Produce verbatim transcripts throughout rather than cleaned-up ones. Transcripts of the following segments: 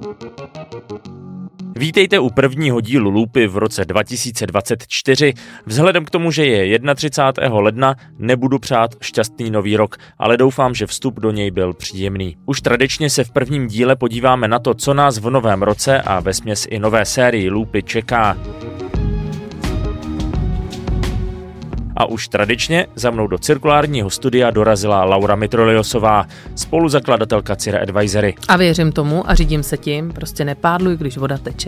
Vítejte u prvního dílu Loopy v roce dva tisíce dvacet čtyři. Vzhledem k tomu, že je třicátého prvního ledna, nebudu přát šťastný nový rok, ale doufám, že vstup do něj byl příjemný. Už tradičně se v prvním díle podíváme na to, co nás v novém roce a vesměs i nové sérii Loopy čeká. A už tradičně za mnou do cirkulárního studia dorazila Laura Mitroliosová, spoluzakladatelka Cira Advisory. A věřím tomu a řídím se tím, prostě nepádluj, když voda teče.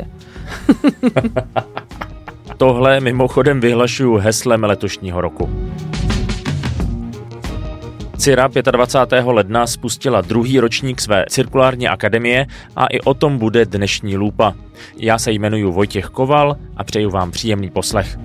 Tohle mimochodem vyhlašuju heslem letošního roku. Cira dvacátého pátého ledna spustila druhý ročník své cirkulární akademie a i o tom bude dnešní Loopa. Já se jmenuji Vojtěch Koval a přeju vám příjemný poslech.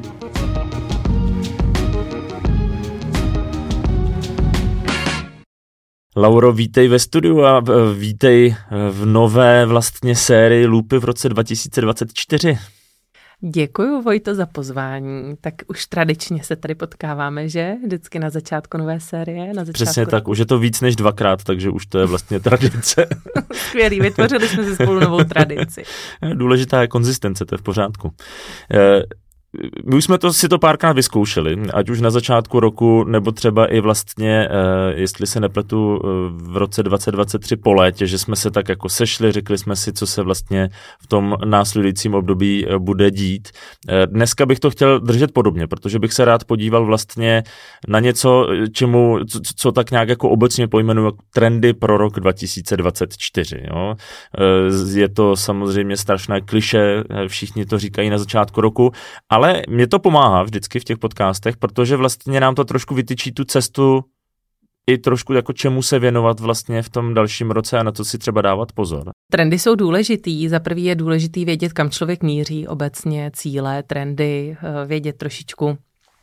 Lauro, vítej ve studiu a vítej v nové vlastně sérii Loopy v roce dva tisíce dvacet čtyři. Děkuju, Vojto, za pozvání. Tak už tradičně se tady potkáváme, že? Vždycky na začátku nové série. Na začátku Přesně tak, už je to víc než dvakrát, takže už to je vlastně tradice. Skvělý, vytvořili jsme si spolu novou tradici. Důležitá je konzistence, to je v pořádku. E- My už jsme to, si to párkrát vyzkoušeli, ať už na začátku roku, nebo třeba i vlastně, jestli se nepletu, v roce dvacet dvacet tři po létě, že jsme se tak jako sešli, řekli jsme si, co se vlastně v tom následujícím období bude dít. Dneska bych to chtěl držet podobně, protože bych se rád podíval vlastně na něco, čemu, co, co tak nějak jako obecně pojmenuji trendy pro rok dva tisíce dvacet čtyři. Jo? Je to samozřejmě strašné klišé, všichni to říkají na začátku roku, ale Ale mě to pomáhá vždycky v těch podcastech, protože vlastně nám to trošku vytyčí tu cestu i trošku jako čemu se věnovat vlastně v tom dalším roce a na to si třeba dávat pozor. Trendy jsou důležitý. Za prvý je důležitý vědět, kam člověk míří obecně, cíle, trendy, vědět trošičku,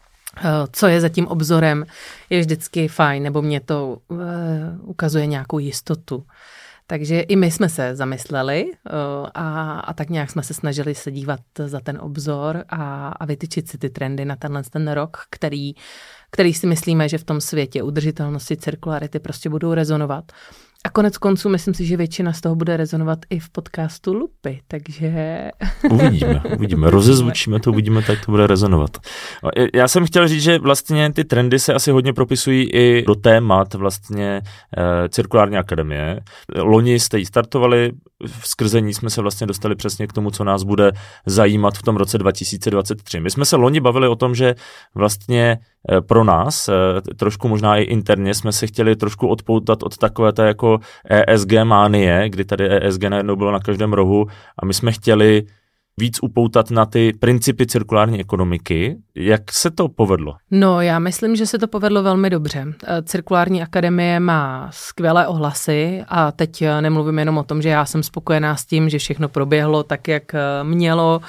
co je za tím obzorem, je vždycky fajn, nebo mě to uh, ukazuje nějakou jistotu. Takže i my jsme se zamysleli a, a tak nějak jsme se snažili se dívat za ten obzor a, a vytyčit si ty trendy na tenhle ten rok, který, který si myslíme, že v tom světě udržitelnosti, cirkularity prostě budou rezonovat. A konec konců myslím si, že většina z toho bude rezonovat i v podcastu Loopy, takže... Uvidíme, uvidíme, rozezvučíme to, uvidíme, tak to bude rezonovat. Já jsem chtěl říct, že vlastně ty trendy se asi hodně propisují i do témat vlastně eh, cirkulární akademie. Loni jste ji startovali, v skrzení jsme se vlastně dostali přesně k tomu, co nás bude zajímat v tom roce dva tisíce dvacet tři. My jsme se loni bavili o tom, že vlastně pro nás, trošku možná i interně, jsme se chtěli trošku odpoutat od takové té jako E S G mánie, kdy tady E S G najednou bylo na každém rohu a my jsme chtěli víc upoutat na ty principy cirkulární ekonomiky. Jak se to povedlo? No, já myslím, že se to povedlo velmi dobře. Cirkulární akademie má skvělé ohlasy a teď nemluvím jenom o tom, že já jsem spokojená s tím, že všechno proběhlo tak, jak mělo,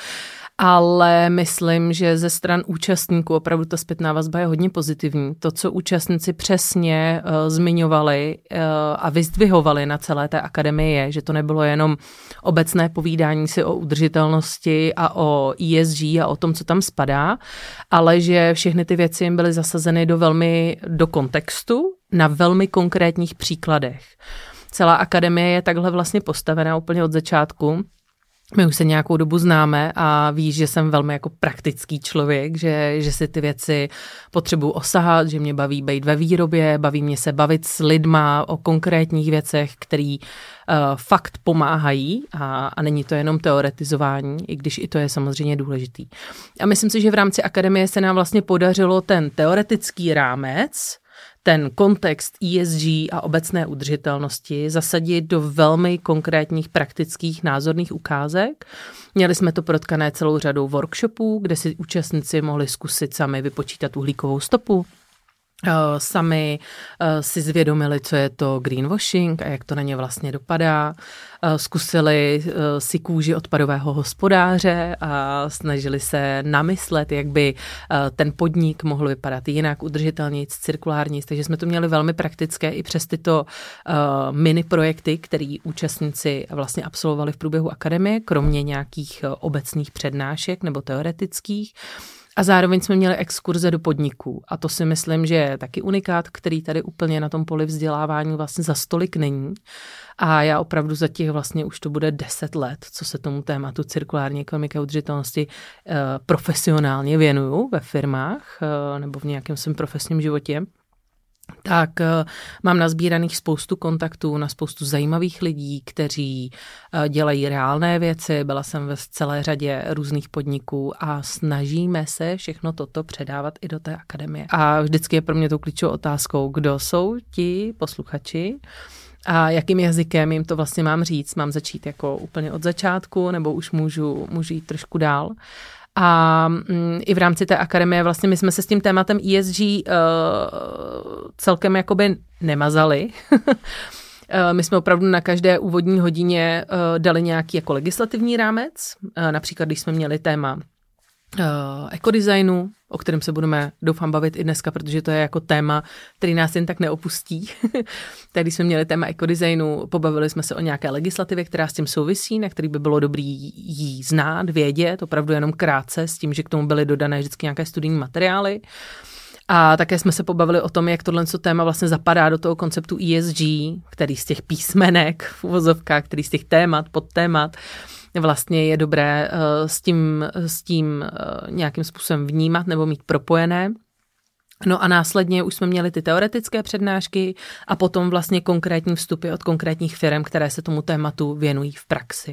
ale myslím, že ze stran účastníků opravdu ta zpětná vazba je hodně pozitivní. To, co účastníci přesně uh, zmiňovali uh, a vyzdvihovali na celé té akademii je, že to nebylo jenom obecné povídání si o udržitelnosti a o E S G a o tom, co tam spadá, ale že všechny ty věci jim byly zasazeny do velmi do kontextu na velmi konkrétních příkladech. Celá akademie je takhle vlastně postavená úplně od začátku. My už se nějakou dobu známe a víš, že jsem velmi jako praktický člověk, že, že si ty věci potřebuji osahat, že mě baví být ve výrobě, baví mě se bavit s lidma o konkrétních věcech, který uh, fakt pomáhají a, a není to jenom teoretizování, i když i to je samozřejmě důležitý. A myslím si, že v rámci akademie se nám vlastně podařilo ten teoretický rámec, ten kontext E S G a obecné udržitelnosti zasadit do velmi konkrétních praktických názorných ukázek. Měli jsme to protkané celou řadou workshopů, kde si účastníci mohli zkusit sami vypočítat uhlíkovou stopu, sami si zvědomili, co je to greenwashing a jak to na ně vlastně dopadá. Zkusili si kůži odpadového hospodáře a snažili se namyslet, jak by ten podnik mohl vypadat jinak, udržitelnějc, cirkulárnějc. Takže jsme to měli velmi praktické i přes tyto mini projekty, které účastníci vlastně absolvovali v průběhu akademie, kromě nějakých obecných přednášek nebo teoretických. A zároveň jsme měli exkurze do podniků. A to si myslím, že je taky unikát, který tady úplně na tom poli vzdělávání vlastně za stolik není. A já opravdu za těch vlastně už to bude deset let, co se tomu tématu cirkulární ekonomiky a udržitelnosti eh, profesionálně věnuju ve firmách eh, nebo v nějakém svém profesním životě. Tak uh, mám nazbíraných spoustu kontaktů na spoustu zajímavých lidí, kteří uh, dělají reálné věci. Byla jsem ve celé řadě různých podniků a snažíme se všechno toto předávat i do té akademie. A vždycky je pro mě tou klíčovou otázkou, kdo jsou ti posluchači a jakým jazykem jim to vlastně mám říct. Mám začít jako úplně od začátku nebo už můžu, můžu jít trošku dál. A mm, i v rámci té akademie vlastně my jsme se s tím tématem E S G uh, celkem jakoby nemazali. My jsme opravdu na každé úvodní hodině uh, dali nějaký jako legislativní rámec. Uh, například, když jsme měli téma uh, ekodesignu, o kterém se budeme, doufám, bavit i dneska, protože to je jako téma, který nás jen tak neopustí. Tak když jsme měli téma ekodesignu, pobavili jsme se o nějaké legislativě, která s tím souvisí, na který by bylo dobrý jí znát, vědět, opravdu jenom krátce, s tím, že k tomu byly dodané vždycky nějaké studijní materiály. A také jsme se pobavili o tom, jak tohle téma vlastně zapadá do toho konceptu E S G, který z těch písmenek v uvozovkách, který z těch témat, podtémat, vlastně je dobré uh, s tím, s tím uh, nějakým způsobem vnímat nebo mít propojené. No a následně už jsme měli ty teoretické přednášky a potom vlastně konkrétní vstupy od konkrétních firm, které se tomu tématu věnují v praxi.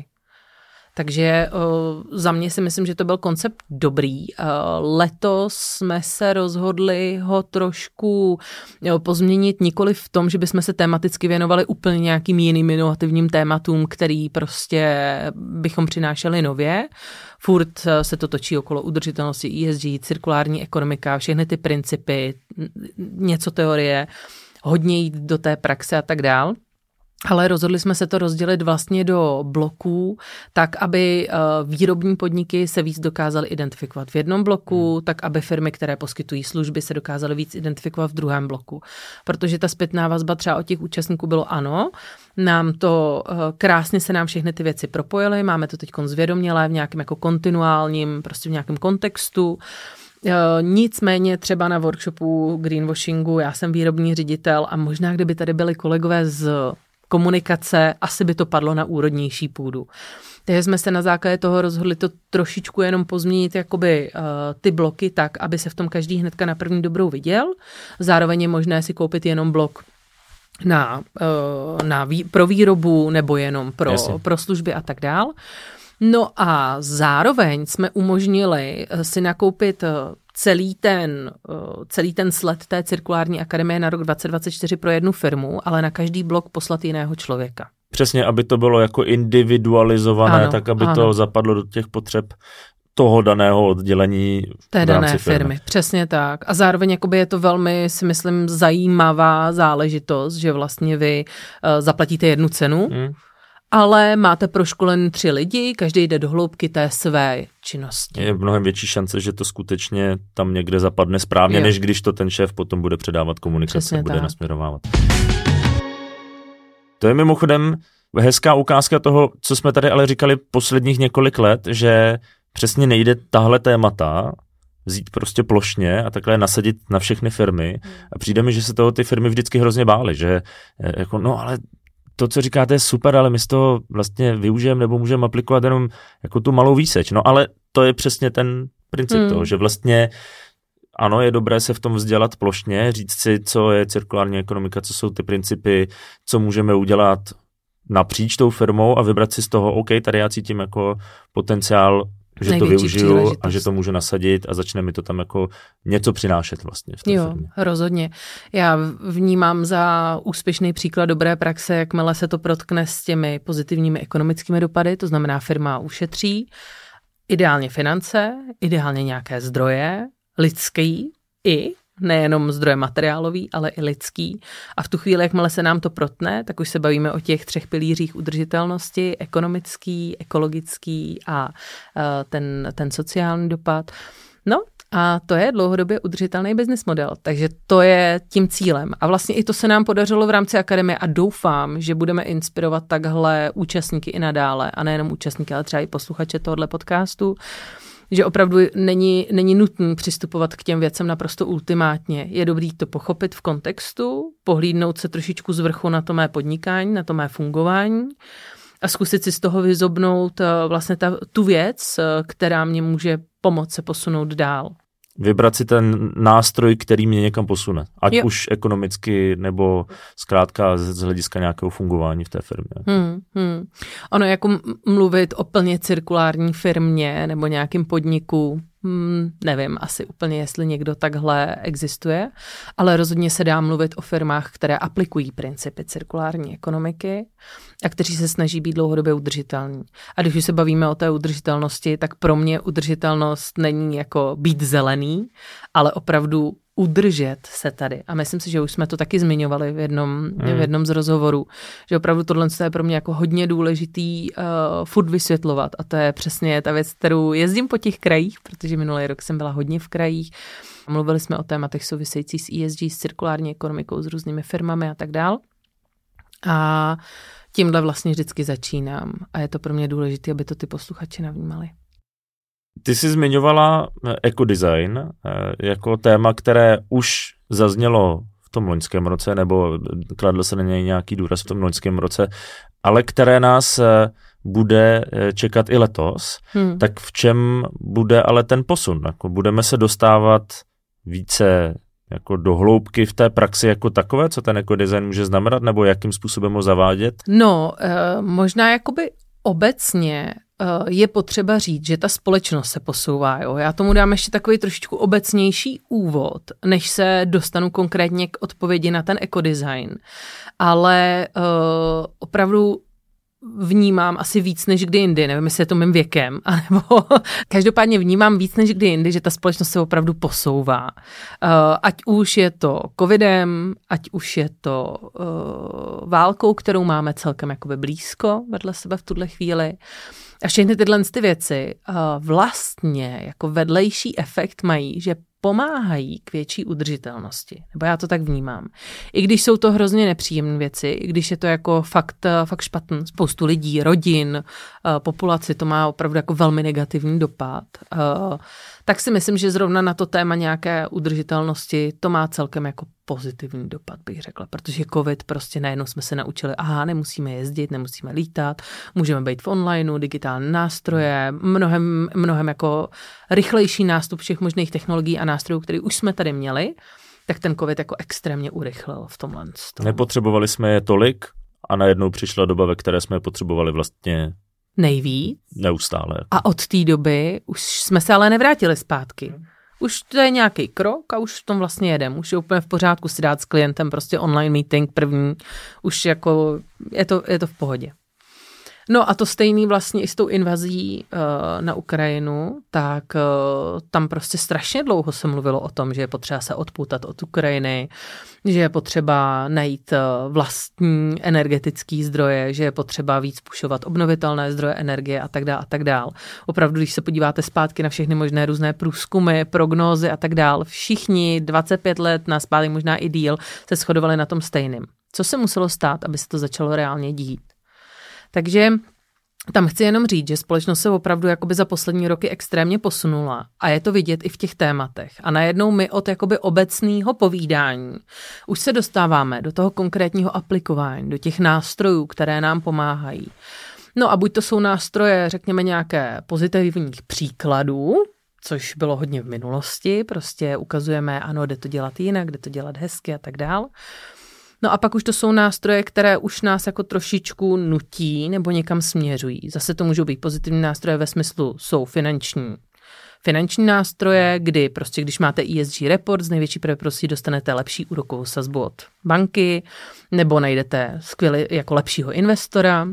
Takže uh, za mě si myslím, že to byl koncept dobrý. Uh, letos jsme se rozhodli ho trošku jo, pozměnit nikoli v tom, že bychom se tematicky věnovali úplně nějakým jiným inovativním tématům, který prostě bychom přinášeli nově. Furt se to točí okolo udržitelnosti E S G, cirkulární ekonomika, všechny ty principy, něco teorie, hodně jít do té praxe a tak dál. Ale rozhodli jsme se to rozdělit vlastně do bloků, tak aby výrobní podniky se víc dokázaly identifikovat v jednom bloku, tak aby firmy, které poskytují služby, se dokázaly víc identifikovat v druhém bloku. Protože ta zpětná vazba třeba od těch účastníků bylo ano, nám to krásně se nám všechny ty věci propojily, máme to teď zvědomělé v nějakém jako kontinuálním, prostě v nějakém kontextu. Nicméně třeba na workshopu greenwashingu, já jsem výrobní ředitel a možná kdyby tady byli kolegové z komunikace, asi by to padlo na úrodnější půdu. Takže jsme se na základě toho rozhodli to trošičku jenom pozměnit jakoby uh, ty bloky tak, aby se v tom každý hnedka na první dobrou viděl. Zároveň je možné si koupit jenom blok na, uh, na vý, pro výrobu nebo jenom pro, pro služby a tak dál. No a zároveň jsme umožnili si nakoupit celý ten, celý ten sled té cirkulární akademie na rok dvacet dvacet čtyři pro jednu firmu, ale na každý blok poslat jiného člověka. Přesně, aby to bylo jako individualizované, ano, tak aby ano. to zapadlo do těch potřeb toho daného oddělení té v rámci dané firmy. firmy. Přesně tak. A zároveň jakoby je to velmi, si myslím, zajímavá záležitost, že vlastně vy uh, zaplatíte jednu cenu, hmm. ale máte proškolen tři lidi, každý jde do hloubky té své činnosti. Je mnohem větší šance, že to skutečně tam někde zapadne správně, jo. než když to ten šéf potom bude předávat komunikaci a bude tak. nasměrovávat. To je mimochodem hezká ukázka toho, co jsme tady ale říkali posledních několik let, že přesně nejde tahle témata vzít prostě plošně a takhle nasadit na všechny firmy. A přijde mi, že se toho ty firmy vždycky hrozně bály, že jako no ale to, co říkáte, je super, ale my z toho vlastně využijeme nebo můžeme aplikovat jenom jako tu malou výseč. No ale to je přesně ten princip hmm. toho, že vlastně ano, je dobré se v tom vzdělat plošně, říct si, co je cirkulární ekonomika, co jsou ty principy, co můžeme udělat napříč tou firmou a vybrat si z toho, OK, tady já cítím jako potenciál, že to využiju a že to můžu nasadit a začne mi to tam jako něco přinášet vlastně v té jo, firmě. Rozhodně. Já vnímám za úspěšný příklad dobré praxe, jakmile se to protkne s těmi pozitivními ekonomickými dopady, to znamená firma ušetří, ideálně finance, ideálně nějaké zdroje, lidský i, nejenom zdroje materiálový, ale i lidský. A v tu chvíli, jakmile se nám to protne, tak už se bavíme o těch třech pilířích udržitelnosti, ekonomický, ekologický a ten, ten sociální dopad. No a to je dlouhodobě udržitelný business model, takže to je tím cílem. A vlastně i to se nám podařilo v rámci akademie a doufám, že budeme inspirovat takhle účastníky i nadále, a nejenom účastníky, ale třeba i posluchače tohoto podcastu, že opravdu není, není nutný přistupovat k těm věcem naprosto ultimátně. Je dobrý to pochopit v kontextu, pohlídnout se trošičku z vrchu na to mé podnikání, na to mé fungování a zkusit si z toho vyzobnout vlastně ta, tu věc, která mě může pomoct se posunout dál. Vybrat si ten nástroj, který mě někam posune. Ať jo. už ekonomicky, nebo zkrátka z hlediska nějakého fungování v té firmě. Hmm, hmm. Ono jako mluvit o plně cirkulární firmě nebo nějakým podniku, hmm, nevím asi úplně, jestli někdo takhle existuje, ale rozhodně se dá mluvit o firmách, které aplikují principy cirkulární ekonomiky a kteří se snaží být dlouhodobě udržitelní. A když už se bavíme o té udržitelnosti, tak pro mě udržitelnost není jako být zelený, ale opravdu udržet se tady. A myslím si, že už jsme to taky zmiňovali v jednom, hmm. v jednom z rozhovorů, že opravdu tohle je pro mě jako hodně důležitý uh, furt vysvětlovat. A to je přesně ta věc, kterou jezdím po těch krajích, protože minulý rok jsem byla hodně v krajích. Mluvili jsme o tématech souvisejících s E S G, s cirkulární ekonomikou, s různými firmami a tak dál. A tímhle vlastně vždycky začínám. A je to pro mě důležité, aby to ty posluchači navnímali. Ty jsi zmiňovala ekodesign jako téma, které už zaznělo v tom loňském roce, nebo kladl se na něj nějaký důraz v tom loňském roce, ale které nás bude čekat i letos. Hmm. Tak v čem bude ale ten posun? Jako budeme se dostávat více jako do hloubky v té praxi jako takové, co ten ekodesign může znamenat, nebo jakým způsobem ho zavádět? No, eh, možná jakoby obecně je potřeba říct, že ta společnost se posouvá. Jo? Já tomu dám ještě takový trošičku obecnější úvod, než se dostanu konkrétně k odpovědi na ten ekodesign. Ale uh, opravdu vnímám asi víc než kdy jindy, nevím, jestli je to mým věkem, anebo každopádně vnímám víc než kdy jindy, že ta společnost se opravdu posouvá. Uh, ať už je to covidem, ať už je to uh, válkou, kterou máme celkem jakoby blízko vedle sebe v tuhle chvíli. A všechny tyhle ty věci uh, vlastně jako vedlejší efekt mají, že pomáhají k větší udržitelnosti. Nebo já to tak vnímám. I když jsou to hrozně nepříjemné věci, i když je to jako fakt, fakt špatný, spoustu lidí, rodin, uh, populaci, to má opravdu jako velmi negativní dopad. Uh, tak si myslím, že zrovna na to téma nějaké udržitelnosti to má celkem jako pozitivní dopad, bych řekla, protože covid prostě najednou jsme se naučili, aha, nemusíme jezdit, nemusíme lítat, můžeme být v onlineu, digitální nástroje, mnohem, mnohem jako rychlejší nástup všech možných technologií a nástrojů, které už jsme tady měli, tak ten covid jako extrémně urychlil v tomhle. Nepotřebovali jsme je tolik a najednou přišla doba, ve které jsme je potřebovali vlastně nejvíc. Neustále. A od té doby už jsme se ale nevrátili zpátky. Už to je nějaký krok a už v tom vlastně jedem. Už je úplně v pořádku si dát s klientem prostě online meeting první. Už jako je to, je to v pohodě. No a to stejný vlastně i s tou invazí uh, na Ukrajinu, tak uh, tam prostě strašně dlouho se mluvilo o tom, že je potřeba se odpoutat od Ukrajiny, že je potřeba najít uh, vlastní energetický zdroje, že je potřeba víc pušovat obnovitelné zdroje energie a tak dále a tak dále. Opravdu, když se podíváte zpátky na všechny možné různé průzkumy, prognózy a tak dále, všichni dvacet pět let na zpátky, možná i díl, se shodovali na tom stejným. Co se muselo stát, aby se to začalo reálně dít? Takže tam chci jenom říct, že společnost se opravdu jakoby za poslední roky extrémně posunula a je to vidět i v těch tématech. A najednou my od jakoby obecného povídání už se dostáváme do toho konkrétního aplikování, do těch nástrojů, které nám pomáhají. No a buď to jsou nástroje, řekněme, nějaké pozitivních příkladů, což bylo hodně v minulosti, prostě ukazujeme, ano, jde to dělat jinak, jde to dělat hezky a tak dál. No a pak už to jsou nástroje, které už nás jako trošičku nutí nebo někam směřují. Zase to můžou být pozitivní nástroje ve smyslu, jsou finanční. Finanční nástroje, kdy prostě, když máte E S G report, z největší pravděpodobností dostanete lepší úrokovou sazbu od banky, nebo najdete skvělý jako lepšího investora.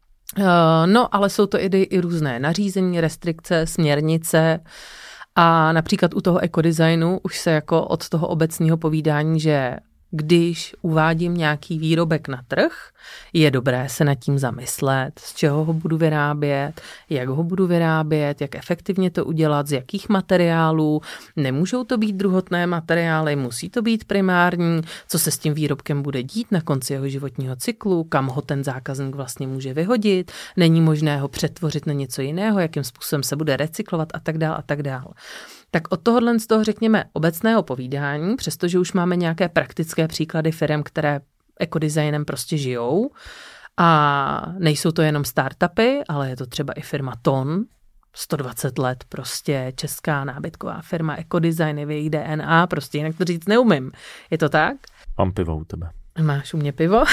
No, ale jsou to i, i různé nařízení, restrikce, směrnice. A například u toho ekodesignu už se jako od toho obecného povídání, že když uvádím nějaký výrobek na trh, je dobré se nad tím zamyslet, z čeho ho budu vyrábět, jak ho budu vyrábět, jak efektivně to udělat, z jakých materiálů. Nemůžou to být druhotné materiály, musí to být primární, co se s tím výrobkem bude dít na konci jeho životního cyklu, kam ho ten zákazník vlastně může vyhodit, není možné ho přetvořit na něco jiného, jakým způsobem se bude recyklovat a tak dál a tak dál. Tak od tohohle z toho řekněme obecného povídání, přestože už máme nějaké praktické příklady firem, které ekodesignem prostě žijou a nejsou to jenom startupy, ale je to třeba i firma Ton, sto dvacet let prostě česká nábytková firma Ekodesign je v jejich D N A, prostě jinak to říct neumím. Je to tak? Mám pivo u tebe. Máš u mě pivo?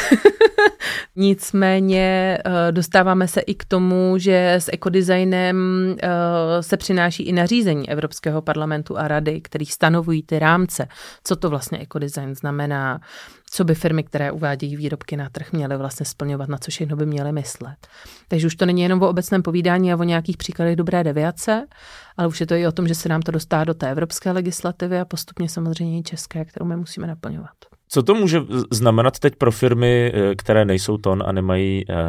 Nicméně dostáváme se i k tomu, že s ekodesignem se přináší i nařízení Evropského parlamentu a rady, který stanovují ty rámce, co to vlastně ekodesign znamená, co by firmy, které uvádějí výrobky na trh, měly vlastně splňovat, na co všechno by měly myslet. Takže už to není jenom o obecném povídání a o nějakých příkladech dobré deviace, ale už je to i o tom, že se nám to dostává do té evropské legislativy a postupně samozřejmě i české, kterou my musíme naplňovat. Co to může znamenat teď pro firmy, které nejsou Ton a nemají uh,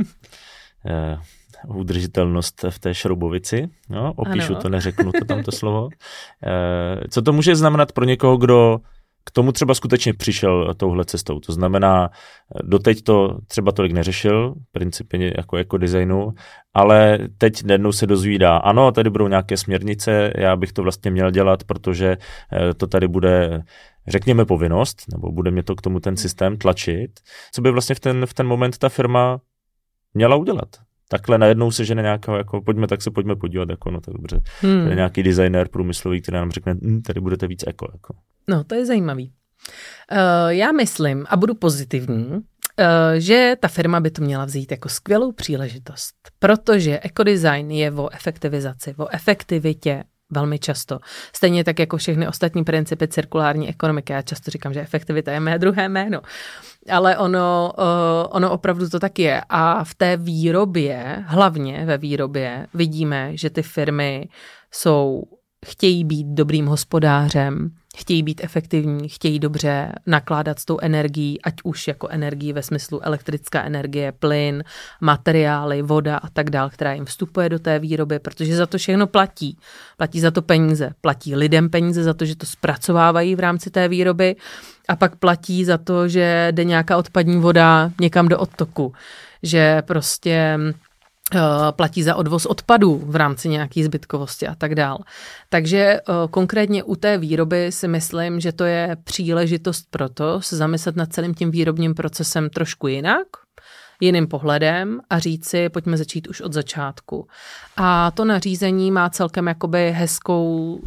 uh, udržitelnost v té šroubovici? No, opíšu ano. to, neřeknu to tamto slovo. Uh, co to může znamenat pro někoho, kdo k tomu třeba skutečně přišel touhle cestou? To znamená, doteď to třeba tolik neřešil, principně jako ekodesignu, ale teď najednou se dozvídá, ano, tady budou nějaké směrnice, já bych to vlastně měl dělat, protože to tady bude, řekněme, povinnost, nebo bude mě to k tomu ten systém tlačit. Co by vlastně v ten, v ten moment ta firma měla udělat? Takhle najednou se žene nějakého, jako pojďme, tak se pojďme podívat, jako no tak dobře. Hmm. Tady nějaký designér průmyslový, který nám řekne, hm, tady budete víc eko. Jako. No, to je zajímavý. Uh, já myslím, a budu pozitivní, uh, že ta firma by to měla vzít jako skvělou příležitost, protože ekodesign je o efektivizaci, o efektivitě velmi často. Stejně tak jako všechny ostatní principy cirkulární ekonomiky. Já často říkám, že efektivita je mé druhé jméno. Ale ono, uh, ono opravdu to tak je. A v té výrobě, hlavně ve výrobě, vidíme, že ty firmy jsou, chtějí být dobrým hospodářem, chtějí být efektivní, chtějí dobře nakládat s tou energií, ať už jako energii ve smyslu elektrická energie, plyn, materiály, voda a tak dál, která jim vstupuje do té výroby, protože za to všechno platí. Platí za to peníze, platí lidem peníze za to, že to zpracovávají v rámci té výroby a pak platí za to, že jde nějaká odpadní voda někam do odtoku, že prostě platí za odvoz odpadů v rámci nějaké zbytkovosti a tak dál. Takže konkrétně u té výroby si myslím, že to je příležitost pro to se zamyslet nad celým tím výrobním procesem trošku jinak, jiným pohledem a říct si, pojďme začít už od začátku. A to nařízení má celkem jakoby hezkou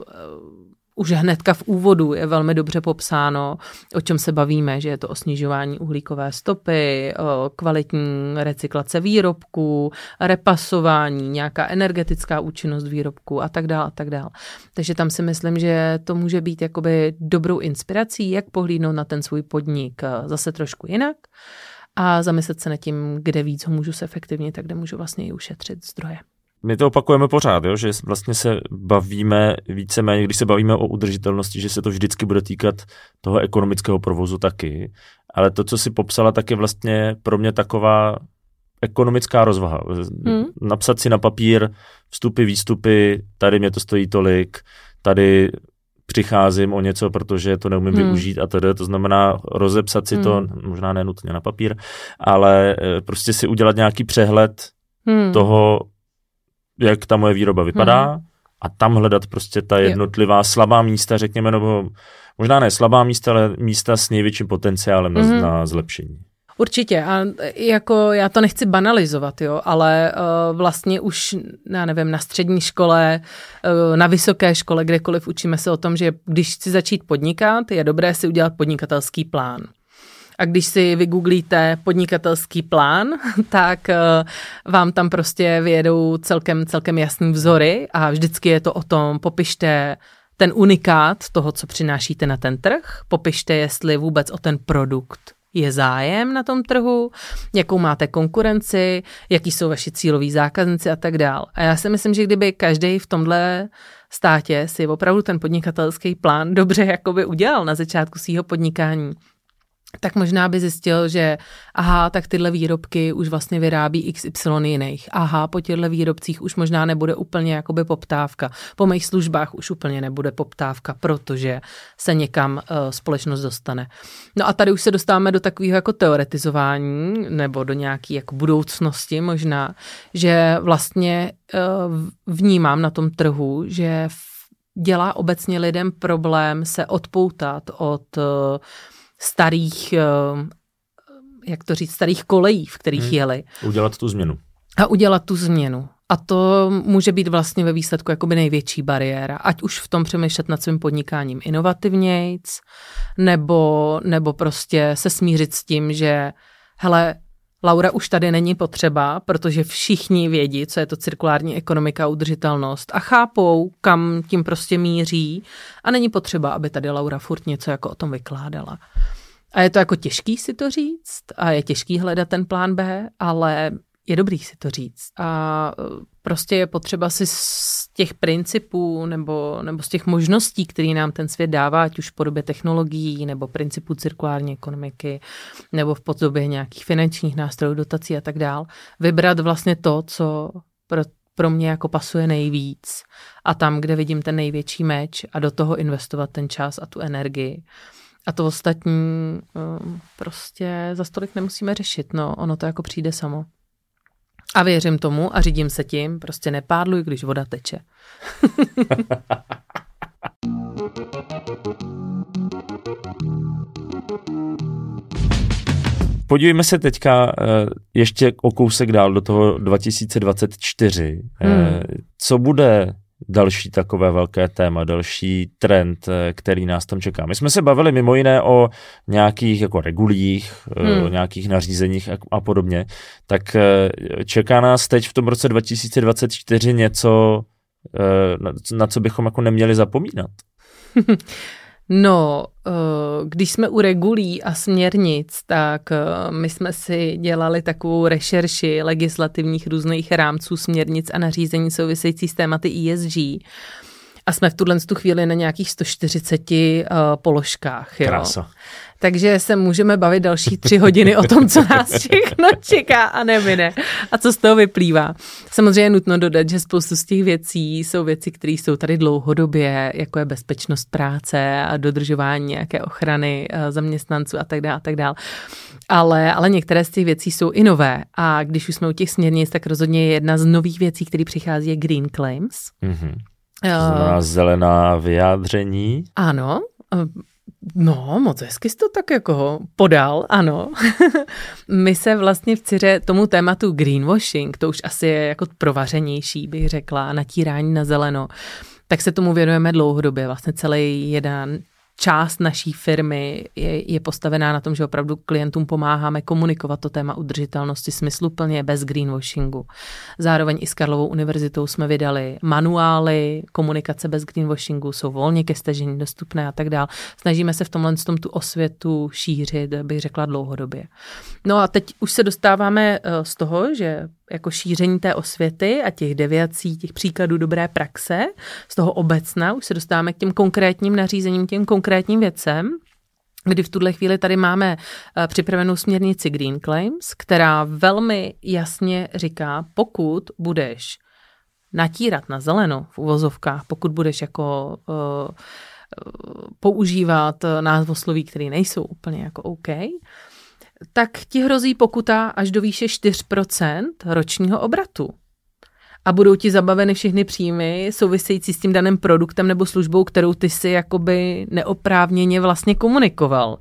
už hnedka v úvodu je velmi dobře popsáno, o čem se bavíme, že je to o snižování uhlíkové stopy, o kvalitní recyklace výrobků, repasování, nějaká energetická účinnost výrobků a tak dále a tak dále. Takže tam si myslím, že to může být jakoby dobrou inspirací, jak pohlídnout na ten svůj podnik zase trošku jinak a zamyslet se nad tím, kde víc ho můžu zefektivnit a kde můžu vlastně i ušetřit zdroje. My to opakujeme pořád, jo? Že vlastně se bavíme víceméně, když se bavíme o udržitelnosti, že se to vždycky bude týkat toho ekonomického provozu taky, ale to, co si popsala, tak je vlastně pro mě taková ekonomická rozvaha. Hmm. Napsat si na papír vstupy, výstupy, tady mě to stojí tolik, tady přicházím o něco, protože to neumím hmm. využít a tedy. To znamená rozepsat si hmm. to, možná nenutně na papír, ale prostě si udělat nějaký přehled hmm. toho, jak ta moje výroba vypadá hmm. a tam hledat prostě ta jednotlivá jo. slabá místa, řekněme, nebo možná ne slabá místa, ale místa s největším potenciálem hmm. na, na zlepšení. Určitě a jako já to nechci banalizovat, jo, ale uh, vlastně už, já nevím, na střední škole, uh, na vysoké škole, kdekoliv učíme se o tom, že když chci začít podnikat, je dobré si udělat podnikatelský plán. A když si vygooglíte podnikatelský plán, tak uh, vám tam prostě vyjedou celkem, celkem jasný vzory a vždycky je to o tom, popište ten unikát toho, co přinášíte na ten trh, popište, jestli vůbec o ten produkt je zájem na tom trhu, jakou máte konkurenci, jaký jsou vaši cíloví zákazníci a tak dál. A já si myslím, že kdyby každý v tomhle státě si opravdu ten podnikatelský plán dobře jakoby udělal na začátku svého podnikání, tak možná by zjistil, že aha, tak tyhle výrobky už vlastně vyrábí iks ypsilon jiných. Aha, po těchto výrobcích už možná nebude úplně jakoby poptávka. Po mých službách už úplně nebude poptávka, protože se někam uh, společnost dostane. No a tady už se dostáváme do takového jako teoretizování nebo do nějaké jako budoucnosti možná, že vlastně uh, vnímám na tom trhu, že dělá obecně lidem problém se odpoutat od uh, starých, jak to říct, starých kolejí, v kterých hmm. jeli. Udělat tu změnu. A udělat tu změnu. A to může být vlastně ve výsledku jakoby největší bariéra. Ať už v tom přemýšlet nad svým podnikáním inovativnějc, nebo, nebo prostě se smířit s tím, že hele, Laura už tady není potřeba, protože všichni vědí, co je to cirkulární ekonomika a udržitelnost a chápou, kam tím prostě míří a není potřeba, aby tady Laura furt něco jako o tom vykládala. A je to jako těžký si to říct a je těžký hledat ten plán B, ale je dobrý si to říct. A prostě je potřeba si z těch principů nebo, nebo z těch možností, které nám ten svět dává, ať už v podobě technologií nebo principů cirkulární ekonomiky nebo v podobě nějakých finančních nástrojů, dotací a tak dál, vybrat vlastně to, co pro, pro mě jako pasuje nejvíc a tam, kde vidím ten největší meč a do toho investovat ten čas a tu energii. A to ostatní prostě za stolik nemusíme řešit, no ono to jako přijde samo. A věřím tomu a řídím se tím, prostě nepádluj, když voda teče. Podívejme se teďka ještě o kousek dál do toho dva tisíce dvacet čtyři. Hmm. Co bude další takové velké téma, další trend, který nás tam čeká? My jsme se bavili mimo jiné o nějakých jako regulích, hmm. o nějakých nařízeních a, a podobně. Tak čeká nás teď v tom roce dva tisíce dvacet čtyři něco, na, na co bychom jako neměli zapomínat? No, když jsme u regulí a směrnic, tak my jsme si dělali takovou rešerši legislativních různých rámců směrnic a nařízení související s tématy E S G. A jsme v tuhle tu chvíli na nějakých sto čtyřiceti uh, položkách. Jo. Krása. Takže se můžeme bavit další tři hodiny o tom, co nás všechno čeká a nemine a co z toho vyplývá. Samozřejmě je nutno dodat, že spoustu z těch věcí jsou věci, které jsou tady dlouhodobě, jako je bezpečnost práce a dodržování nějaké ochrany uh, zaměstnanců a tak dále a tak dále. Ale, ale některé z těch věcí jsou i nové. A když už jsme u těch směrnic, tak rozhodně jedna z nových věcí, které přichází, je Green Claims. Mm-hmm. To znamená zelená vyjádření. Ano, no moc hezky jsi to tak jako podal, ano. My se vlastně v Ciře tomu tématu greenwashing, to už asi je jako provařenější, bych řekla, natírání na zeleno, tak se tomu věnujeme dlouhodobě. Vlastně celý jeden část naší firmy je, je postavená na tom, že opravdu klientům pomáháme komunikovat to téma udržitelnosti smysluplně bez greenwashingu. Zároveň i s Karlovou univerzitou jsme vydali manuály, komunikace bez greenwashingu, jsou volně ke stažení dostupné a tak dál. Snažíme se v tomhle tom tu osvětu šířit, bych řekla dlouhodobě. No a teď už se dostáváme z toho, že jako šíření té osvěty a těch deviací, těch příkladů dobré praxe, z toho obecna, už se dostáváme k těm konkrétním nařízením, těm konkrétním věcem, kdy v tuhle chvíli tady máme připravenou směrnici Green Claims, která velmi jasně říká, pokud budeš natírat na zeleno v uvozovkách, pokud budeš jako uh, používat názvosloví, které nejsou úplně jako OK, tak ti hrozí pokuta až do výše čtyři procenta ročního obratu. A budou ti zabaveny všechny příjmy související s tím daným produktem nebo službou, kterou ty si jakoby neoprávněně vlastně komunikoval.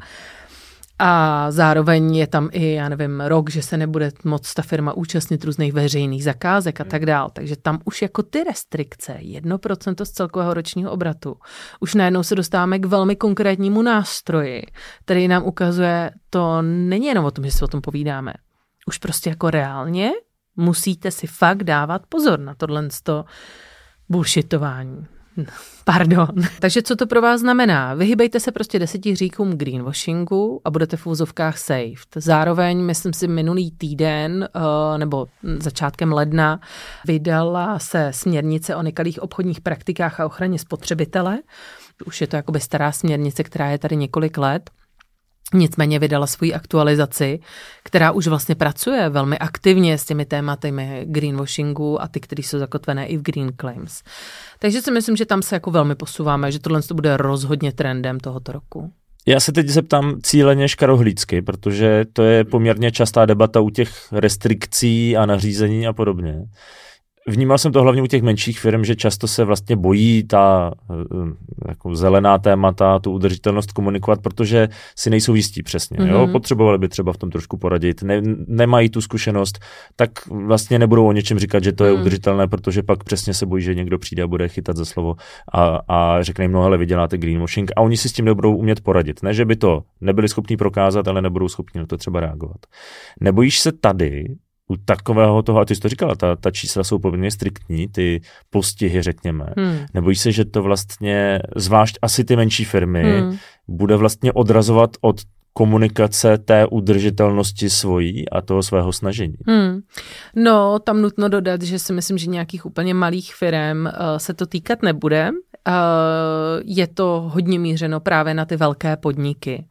A zároveň je tam i, já nevím, rok, že se nebude moc ta firma účastnit různých veřejných zakázek a tak dál. Takže tam už jako ty restrikce, jedno procento z celkového ročního obratu, už najednou se dostáváme k velmi konkrétnímu nástroji, který nám ukazuje, to není jenom o tom, že si o tom povídáme. Už prostě jako reálně musíte si fakt dávat pozor na tohle bullshitování. Pardon. Takže co to pro vás znamená? Vyhybejte se prostě deseti hříchům greenwashingu a budete v úzovkách saved. Zároveň, myslím si, minulý týden nebo začátkem ledna vydala se směrnice o nekalých obchodních praktikách a ochraně spotřebitele. Už je to jakoby stará směrnice, která je tady několik let. Nicméně vydala svoji aktualizaci, která už vlastně pracuje velmi aktivně s těmi tématy greenwashingu a ty, které jsou zakotvené i v Green Claims. Takže si myslím, že tam se jako velmi posouváme, že tohle to bude rozhodně trendem tohoto roku. Já se teď zeptám cíleně škarohlídsky, protože to je poměrně častá debata u těch restrikcí a nařízení a podobně. Vnímal jsem to hlavně u těch menších firm, že často se vlastně bojí ta jako zelená témata, tu udržitelnost komunikovat, protože si nejsou jistí přesně. Mm-hmm. Jo? Potřebovali by třeba v tom trošku poradit, ne, nemají tu zkušenost, tak vlastně nebudou o něčem říkat, že to je mm. udržitelné, protože pak přesně se bojí, že někdo přijde a bude chytat za slovo a, a řekne jim, no hele, vy děláte greenwashing a oni si s tím nebudou umět poradit. Ne, že by to nebyli schopni prokázat, ale nebudou schopni na to třeba reagovat. Nebojíš se tady u takového toho, a ty jsi to říkala, ta, ta čísla jsou poměrně striktní, ty postihy, řekněme. Hmm. Nebojíš se, že to vlastně, zvlášť asi ty menší firmy, hmm. bude vlastně odrazovat od komunikace té udržitelnosti svojí a toho svého snažení? Hmm. No, tam nutno dodat, že si myslím, že nějakých úplně malých firm uh, se to týkat nebude. Uh, je to hodně mířeno právě na ty velké podniky.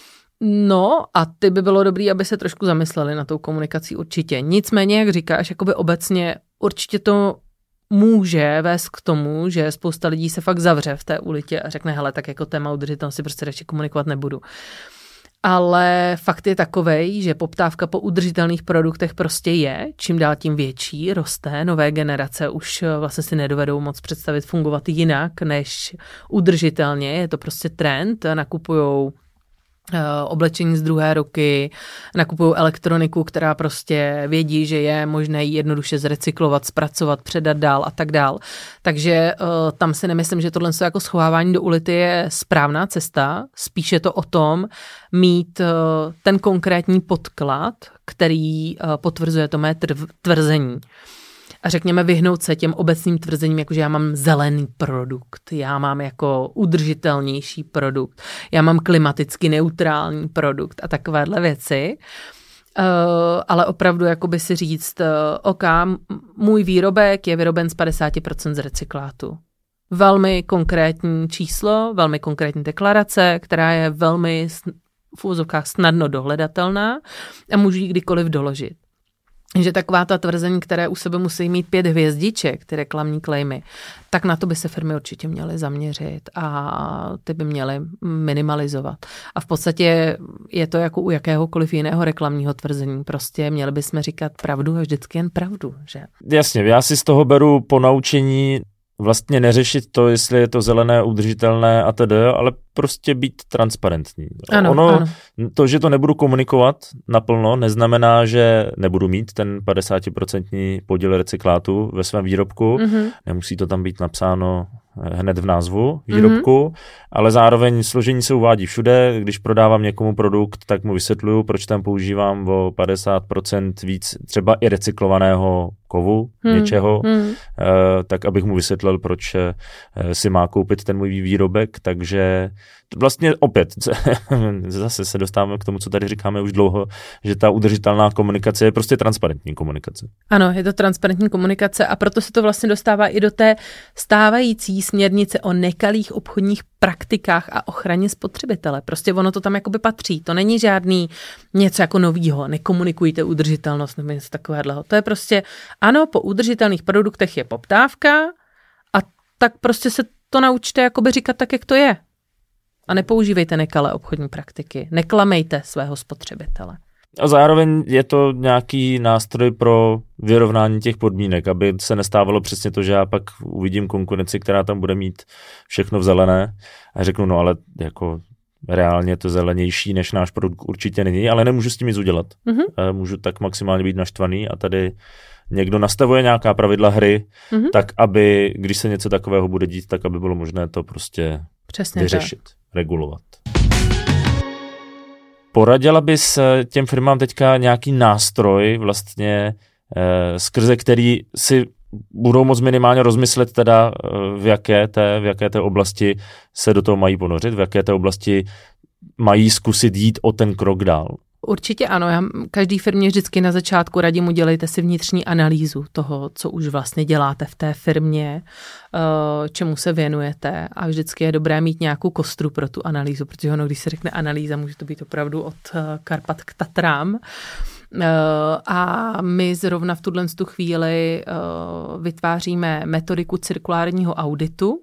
No a ty by bylo dobré, aby se trošku zamysleli na tou komunikací určitě. Nicméně, jak říkáš, jakoby obecně určitě to může vést k tomu, že spousta lidí se fakt zavře v té ulitě a řekne, hele, tak jako téma udržitelnosti prostě radši komunikovat nebudu. Ale fakt je takovej, že poptávka po udržitelných produktech prostě je, čím dál tím větší, roste, nové generace už vlastně si nedovedou moc představit fungovat jinak než udržitelně, je to prostě trend, nakupujou oblečení z druhé ruky, nakupují elektroniku, která prostě vědí, že je možné ji jednoduše zrecyklovat, zpracovat, předat dál a tak dál. Takže uh, tam si nemyslím, že tohle jako schovávání do ulity je správná cesta. Spíš je to o tom mít uh, ten konkrétní podklad, který uh, potvrzuje to mé tr- tvrzení. A řekněme vyhnout se těm obecným tvrzením, jako že já mám zelený produkt, já mám jako udržitelnější produkt, já mám klimaticky neutrální produkt a takovéhle věci. Uh, ale opravdu jakoby si říct, uh, OK, můj výrobek je vyroben z padesát procent z recyklátu. Velmi konkrétní číslo, velmi konkrétní deklarace, která je velmi v úzovkách snadno dohledatelná a můžu ji kdykoliv doložit. Že taková ta tvrzení, které u sebe musí mít pět hvězdiček, ty reklamní klejmy, tak na to by se firmy určitě měly zaměřit a ty by měly minimalizovat. A v podstatě je to jako u jakéhokoliv jiného reklamního tvrzení. Prostě měli bychom říkat pravdu a vždycky jen pravdu, že? Jasně, já si z toho beru ponaučení vlastně neřešit to, jestli je to zelené, udržitelné a tedy, ale prostě být transparentní. Ano, ono, ano. To, že to nebudu komunikovat naplno, neznamená, že nebudu mít ten padesát procent podíl recyklátu ve svém výrobku. Mm-hmm. Nemusí to tam být napsáno hned v názvu výrobku, mm-hmm. ale zároveň složení se uvádí všude. Když prodávám někomu produkt, tak mu vysvětluju, proč tam používám o padesát procent víc třeba i recyklovaného kovu, hmm. něčeho, hmm. Uh, tak abych mu vysvětlil, proč uh, si má koupit ten můj výrobek, takže vlastně opět zase se dostáváme k tomu, co tady říkáme už dlouho, že ta udržitelná komunikace je prostě transparentní komunikace. Ano, je to transparentní komunikace a proto se to vlastně dostává i do té stávající směrnice o nekalých obchodních praktikách a ochraně spotřebitele. Prostě ono to tam jakoby patří. To není žádný něco jako novýho. Nekomunikujte udržitelnost nebo něco takového. To je prostě, ano, po udržitelných produktech je poptávka a tak prostě se to naučte jakoby říkat tak, jak to je. A nepoužívejte nekalé obchodní praktiky. Neklamejte svého spotřebitele. A zároveň je to nějaký nástroj pro vyrovnání těch podmínek, aby se nestávalo přesně to, že já pak uvidím konkurenci, která tam bude mít všechno v zelené a řeknu, no ale jako reálně to zelenější než náš produkt určitě není, ale nemůžu s tím nic udělat. Mm-hmm. Můžu tak maximálně být naštvaný a tady někdo nastavuje nějaká pravidla hry, mm-hmm. tak aby, když se něco takového bude dít, tak aby bylo možné to prostě přesně vyřešit, tak. Regulovat. Poradila bys těm firmám teďka nějaký nástroj vlastně, eh, skrze který si budou moct minimálně rozmyslet teda, v jaké té, v jaké té oblasti se do toho mají ponořit, v jaké té oblasti mají zkusit jít o ten krok dál. Určitě ano, já každý firmě vždycky na začátku radím, udělejte si vnitřní analýzu toho, co už vlastně děláte v té firmě, čemu se věnujete a vždycky je dobré mít nějakou kostru pro tu analýzu, protože ono, když se řekne analýza, může to být opravdu od Karpat k Tatrám. A my zrovna v tuhle chvíli vytváříme metodiku cirkulárního auditu,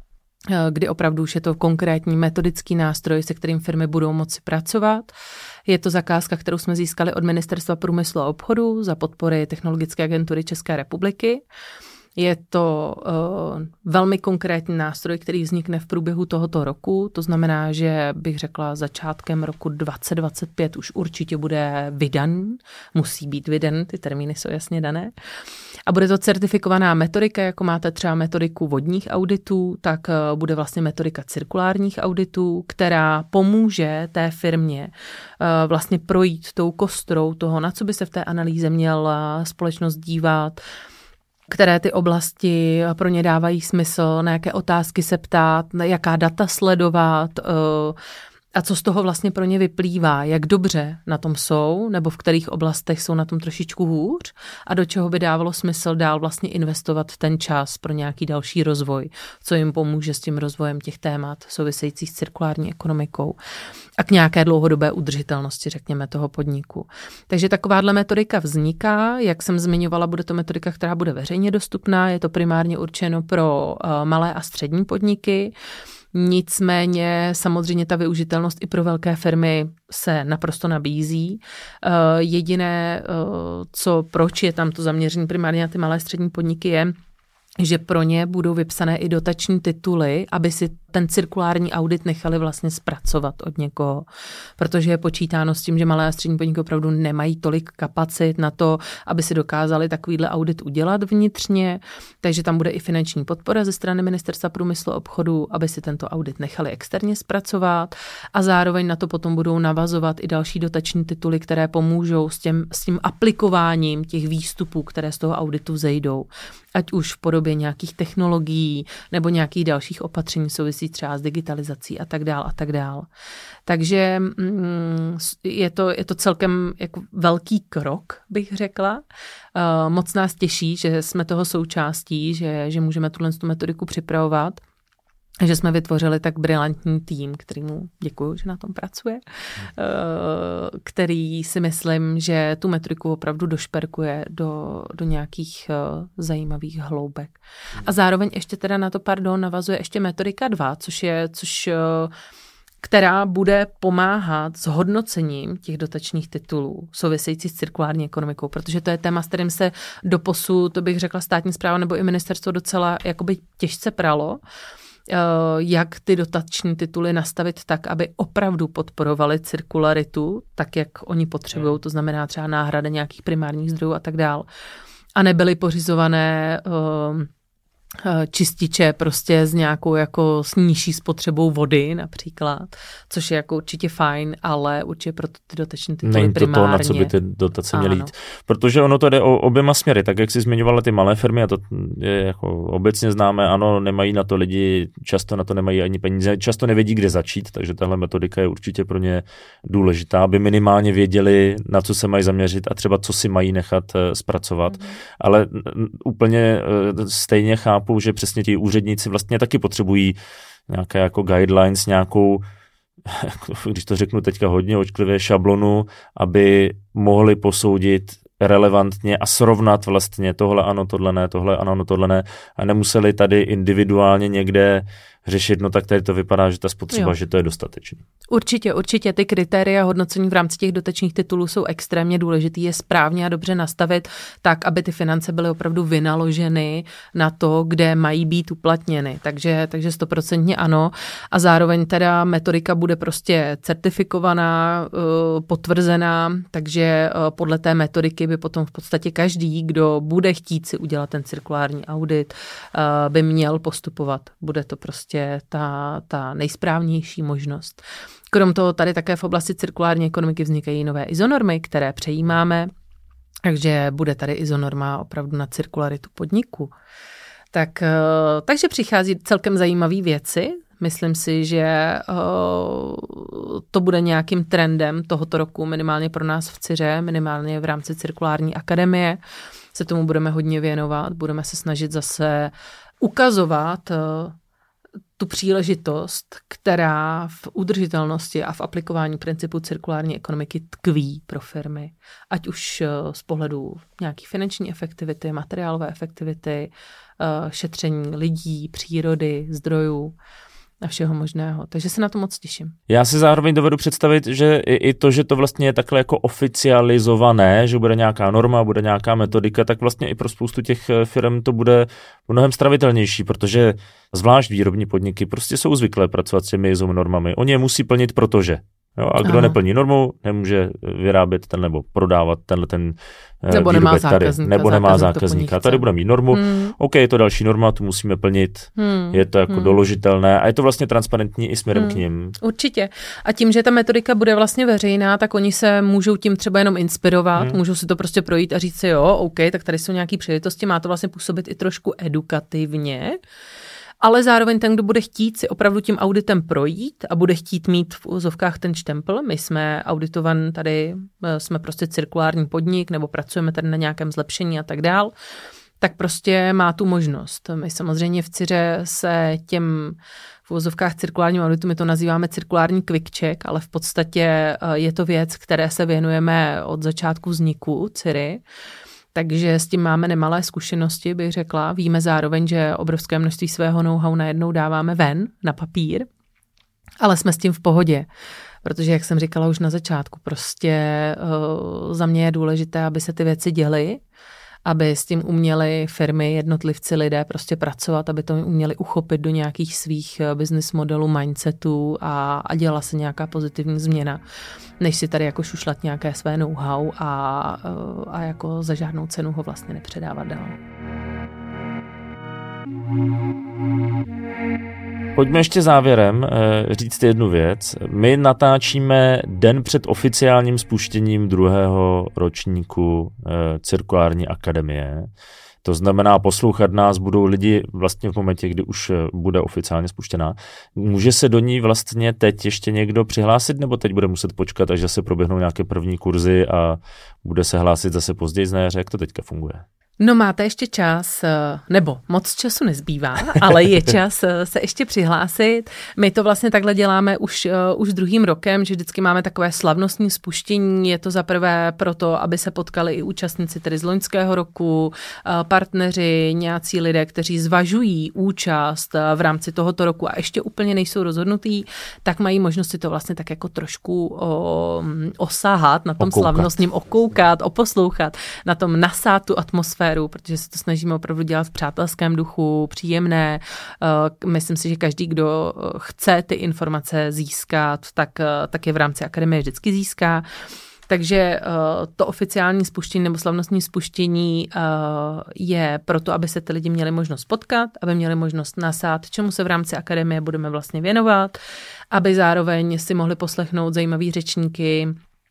kdy opravdu už je to konkrétní metodický nástroj, se kterým firmy budou moci pracovat. Je to zakázka, kterou jsme získali od Ministerstva průmyslu a obchodu za podpory Technologické agentury České republiky. Je to uh, velmi konkrétní nástroj, který vznikne v průběhu tohoto roku. To znamená, že bych řekla začátkem roku dvacet dvacet pět už určitě bude vydaný. Musí být vydaný, ty termíny jsou jasně dané. A bude to certifikovaná metodika, jako máte třeba metodiku vodních auditů, tak uh, bude vlastně metodika cirkulárních auditů, která pomůže té firmě uh, vlastně projít tou kostrou toho, na co by se v té analýze měla společnost dívat, které ty oblasti pro ně dávají smysl, na jaké otázky se ptát, na jaká data sledovat a co z toho vlastně pro ně vyplývá, jak dobře na tom jsou, nebo v kterých oblastech jsou na tom trošičku hůř a do čeho by dávalo smysl dál vlastně investovat ten čas pro nějaký další rozvoj, co jim pomůže s tím rozvojem těch témat souvisejících s cirkulární ekonomikou a k nějaké dlouhodobé udržitelnosti, řekněme, toho podniku. Takže takováhle metodika vzniká, jak jsem zmiňovala, bude to metodika, která bude veřejně dostupná, je to primárně určeno pro uh, malé a střední podniky. Nicméně samozřejmě ta využitelnost i pro velké firmy se naprosto nabízí. Jediné, co proč je tam to zaměření primárně na ty malé střední podniky, je, že pro ně budou vypsané i dotační tituly, aby si ten cirkulární audit nechali vlastně zpracovat od někoho, protože je počítáno s tím, že malé a střední podniky opravdu nemají tolik kapacit na to, aby si dokázali takovýhle audit udělat vnitřně, takže tam bude i finanční podpora ze strany Ministerstva průmyslu a obchodu, aby si tento audit nechali externě zpracovat a zároveň na to potom budou navazovat i další dotační tituly, které pomůžou s tím, s tím aplikováním těch výstupů, které z toho auditu vzejdou, ať už v podobě nějakých technologií nebo nějakých dalších opatření souvisí třeba s digitalizací a tak dál a tak dál. Takže mm, je, to, je to celkem jako velký krok, bych řekla. Uh, moc nás těší, že jsme toho součástí, že, že můžeme tuhle metodiku připravovat, že jsme vytvořili tak brilantní tým, kterýmu děkuju, že na tom pracuje, který si myslím, že tu metodiku opravdu došperkuje do, do nějakých zajímavých hloubek. A zároveň ještě teda na to, pardon, navazuje ještě metodika dva, což je, což která bude pomáhat s hodnocením těch dotačních titulů související s cirkulární ekonomikou, protože to je téma, s kterým se doposud, to bych řekla, státní správa nebo i ministerstvo docela jakoby těžce pralo, jak ty dotační tituly nastavit tak, aby opravdu podporovali cirkularitu, tak jak oni potřebují, to znamená třeba náhrada nějakých primárních zdrojů a tak dál. A nebyly pořizované uh, čističe prostě s nějakou jako s nižší spotřebou vody například, což je jako určitě fajn, ale určitě proto ty dotační tituly není to primárně. to, na co by ty dotace měly jít. Protože ono to jde o oběma směry, tak jak jsi zmiňovala ty malé firmy, a to je jako obecně známe, ano, nemají na to lidi, často na to nemají ani peníze, často nevědí, kde začít, takže tahle metodika je určitě pro ně důležitá, aby minimálně věděli, na co se mají zaměřit a třeba co si mají nechat zpracovat. Mm. Ale úplně stejně chápu, že přesně ti úředníci vlastně taky potřebují nějaké jako guidelines, nějakou, když to řeknu teďka hodně očklivě, šablonu, aby mohli posoudit relevantně a srovnat vlastně tohle ano, tohle ne, tohle ano, tohle ne a nemuseli tady individuálně někde řešit, no tak tady to vypadá, že ta spotřeba, jo. že to je dostatečný. Určitě, určitě ty kritéria hodnocení v rámci těch dotačních titulů jsou extrémně důležitý, je správně a dobře nastavit tak, aby ty finance byly opravdu vynaloženy na to, kde mají být uplatněny. Takže, takže stoprocentně ano. A zároveň teda metodika bude prostě certifikovaná, potvrzená, takže podle té metodiky by potom v podstatě každý, kdo bude chtít si udělat ten cirkulární audit, by měl postupovat. Bude to prostě ta, ta nejsprávnější možnost. Krom toho tady také v oblasti cirkulární ekonomiky vznikají nové izonormy, které přejímáme Takže bude tady izonorma opravdu na cirkularitu podniku. Tak, takže přichází celkem zajímavé věci. Myslím si, že to bude nějakým trendem tohoto roku, minimálně pro nás v Ciře, minimálně v rámci cirkulární akademie. Se tomu budeme hodně věnovat, budeme se snažit zase ukazovat tu příležitost, která v udržitelnosti a v aplikování principu cirkulární ekonomiky tkví pro firmy. Ať už z pohledu nějaké finanční efektivity, materiálové efektivity, šetření lidí, přírody, zdrojů a všeho možného. Takže se na to moc těším. Já si zároveň dovedu představit, že i, i to, že to vlastně je takhle jako oficializované, že bude nějaká norma, bude nějaká metodika, tak vlastně i pro spoustu těch firm to bude mnohem stravitelnější, protože zvlášť výrobní podniky prostě jsou zvyklé pracovat s těmi I S O normami. Oni je musí plnit, protože. Jo, a kdo Aha. neplní normu, nemůže vyrábět ten nebo prodávat tenhle ten nebo výrobek nemá tady, nebo nemá zákazníka. Tady bude mít normu, hmm. OK, je to další norma, tu musíme plnit, hmm. je to jako hmm. doložitelné a je to vlastně transparentní i směrem hmm. k nim. Určitě. A tím, že ta metodika bude vlastně veřejná, tak oni se můžou tím třeba jenom inspirovat, hmm. můžou si to prostě projít a říct si, jo, OK, tak tady jsou nějaké příležitosti, má to vlastně působit i trošku edukativně. Ale zároveň ten, kdo bude chtít si opravdu tím auditem projít a bude chtít mít v úzovkách ten štempl, my jsme auditovan tady, jsme prostě cirkulární podnik nebo pracujeme tady na nějakém zlepšení a tak dál, tak prostě má tu možnost. My samozřejmě v Ciře se těm v úzovkách cirkulárním auditu, my to nazýváme cirkulární quick check, ale v podstatě je to věc, které se věnujeme od začátku vzniku Ciry. Takže s tím máme nemalé zkušenosti, bych řekla. Víme zároveň, že obrovské množství svého know-how najednou dáváme ven na papír, ale jsme s tím v pohodě. Protože, jak jsem říkala už na začátku, prostě uh, za mě je důležité, aby se ty věci děly, aby s tím uměli firmy, jednotlivci, lidé prostě pracovat, aby to uměli uchopit do nějakých svých business modelů, mindsetů a, a dělala se nějaká pozitivní změna, než si tady jako šušlat nějaké své know-how a, a jako za žádnou cenu ho vlastně nepředávat dál. Pojďme ještě závěrem eh, říct jednu věc. My natáčíme den před oficiálním spuštěním druhého ročníku eh, cirkulární akademie. To znamená, poslouchat nás budou lidi vlastně v momentě, kdy už bude oficiálně spuštěná. Může se do ní vlastně teď ještě někdo přihlásit, nebo teď bude muset počkat, až zase proběhnou nějaké první kurzy a bude se hlásit zase později na jaře? Jak to teďka funguje? No máte ještě čas, nebo moc času nezbývá, ale je čas se ještě přihlásit. My to vlastně takhle děláme už, už druhým rokem, že vždycky máme takové slavnostní spuštění. Je to zaprvé proto, aby se potkali i účastníci tedy z loňského roku, partneři, nějací lidé, kteří zvažují účast v rámci tohoto roku a ještě úplně nejsou rozhodnutí, tak mají možnost si to vlastně tak jako trošku o, osahat na tom okoukat. Slavnostním, okoukat, oposlouchat, na tom nasát tu atmosféru, protože se to snažíme opravdu dělat v přátelském duchu, příjemné. Myslím si, že každý, kdo chce ty informace získat, tak, tak je v rámci akademie vždycky získá. Takže to oficiální spuštění nebo slavnostní spuštění je proto, aby se ty lidi měli možnost potkat, aby měli možnost nasát, čemu se v rámci akademie budeme vlastně věnovat, aby zároveň si mohli poslechnout zajímavý řečníky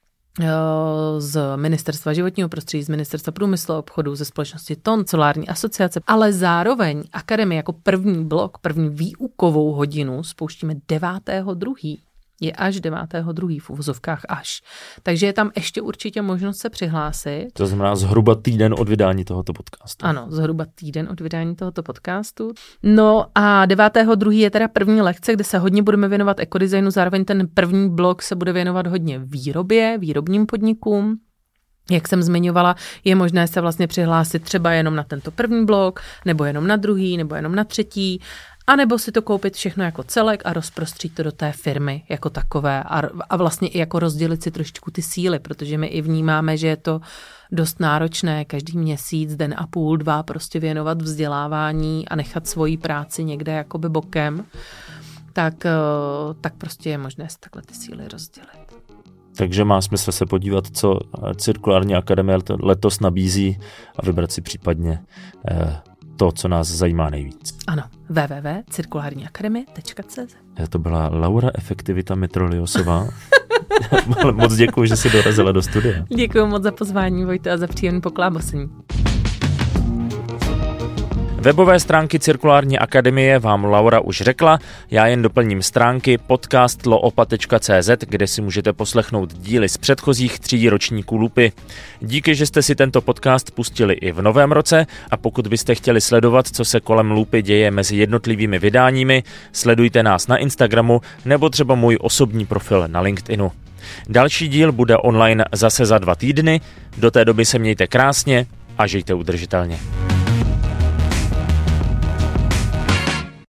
z Ministerstva životního prostředí, z Ministerstva průmyslu a obchodu, ze společnosti T O N, Solární asociace, ale zároveň akademie jako první blok, první výukovou hodinu spouštíme devátého druhého Je až devátého druhého v uvozovkách až. Takže je tam ještě určitě možnost se přihlásit. To znamená zhruba týden od vydání tohoto podcastu. Ano, zhruba týden od vydání tohoto podcastu. No a devátého druhého je teda první lekce, kde se hodně budeme věnovat ekodesignu, zároveň ten první blok se bude věnovat hodně výrobě, výrobním podnikům. Jak jsem zmiňovala, je možné se vlastně přihlásit třeba jenom na tento první blok, nebo jenom na druhý, nebo jenom na třetí, a nebo si to koupit všechno jako celek a rozprostřít to do té firmy jako takové a, a vlastně i jako rozdělit si trošičku ty síly, protože my i vnímáme, že je to dost náročné každý měsíc, den a půl, dva prostě věnovat vzdělávání a nechat svoji práci někde jakoby bokem, tak, tak prostě je možné si takhle ty síly rozdělit. Takže má smysl se podívat, co cirkulární akademie letos nabízí a vybrat si případně to, co nás zajímá nejvíc. Ano, w w w tečka cirkulární akademie tečka c z. To byla Laura Efektivita Metroliosová. Moc děkuji, že jsi dorazila do studia. Děkuji moc za pozvání, Vojto, a za příjemný poklábosení. Webové stránky Cirkulární akademie vám Laura už řekla, já jen doplním stránky podcast loopa tečka cé zet, kde si můžete poslechnout díly z předchozích tří ročníků Lupy. Díky, že jste si tento podcast pustili i v novém roce a pokud byste chtěli sledovat, co se kolem Lupy děje mezi jednotlivými vydáními, sledujte nás na Instagramu nebo třeba můj osobní profil na LinkedInu. Další díl bude online zase za dva týdny, do té doby se mějte krásně a žijte udržitelně.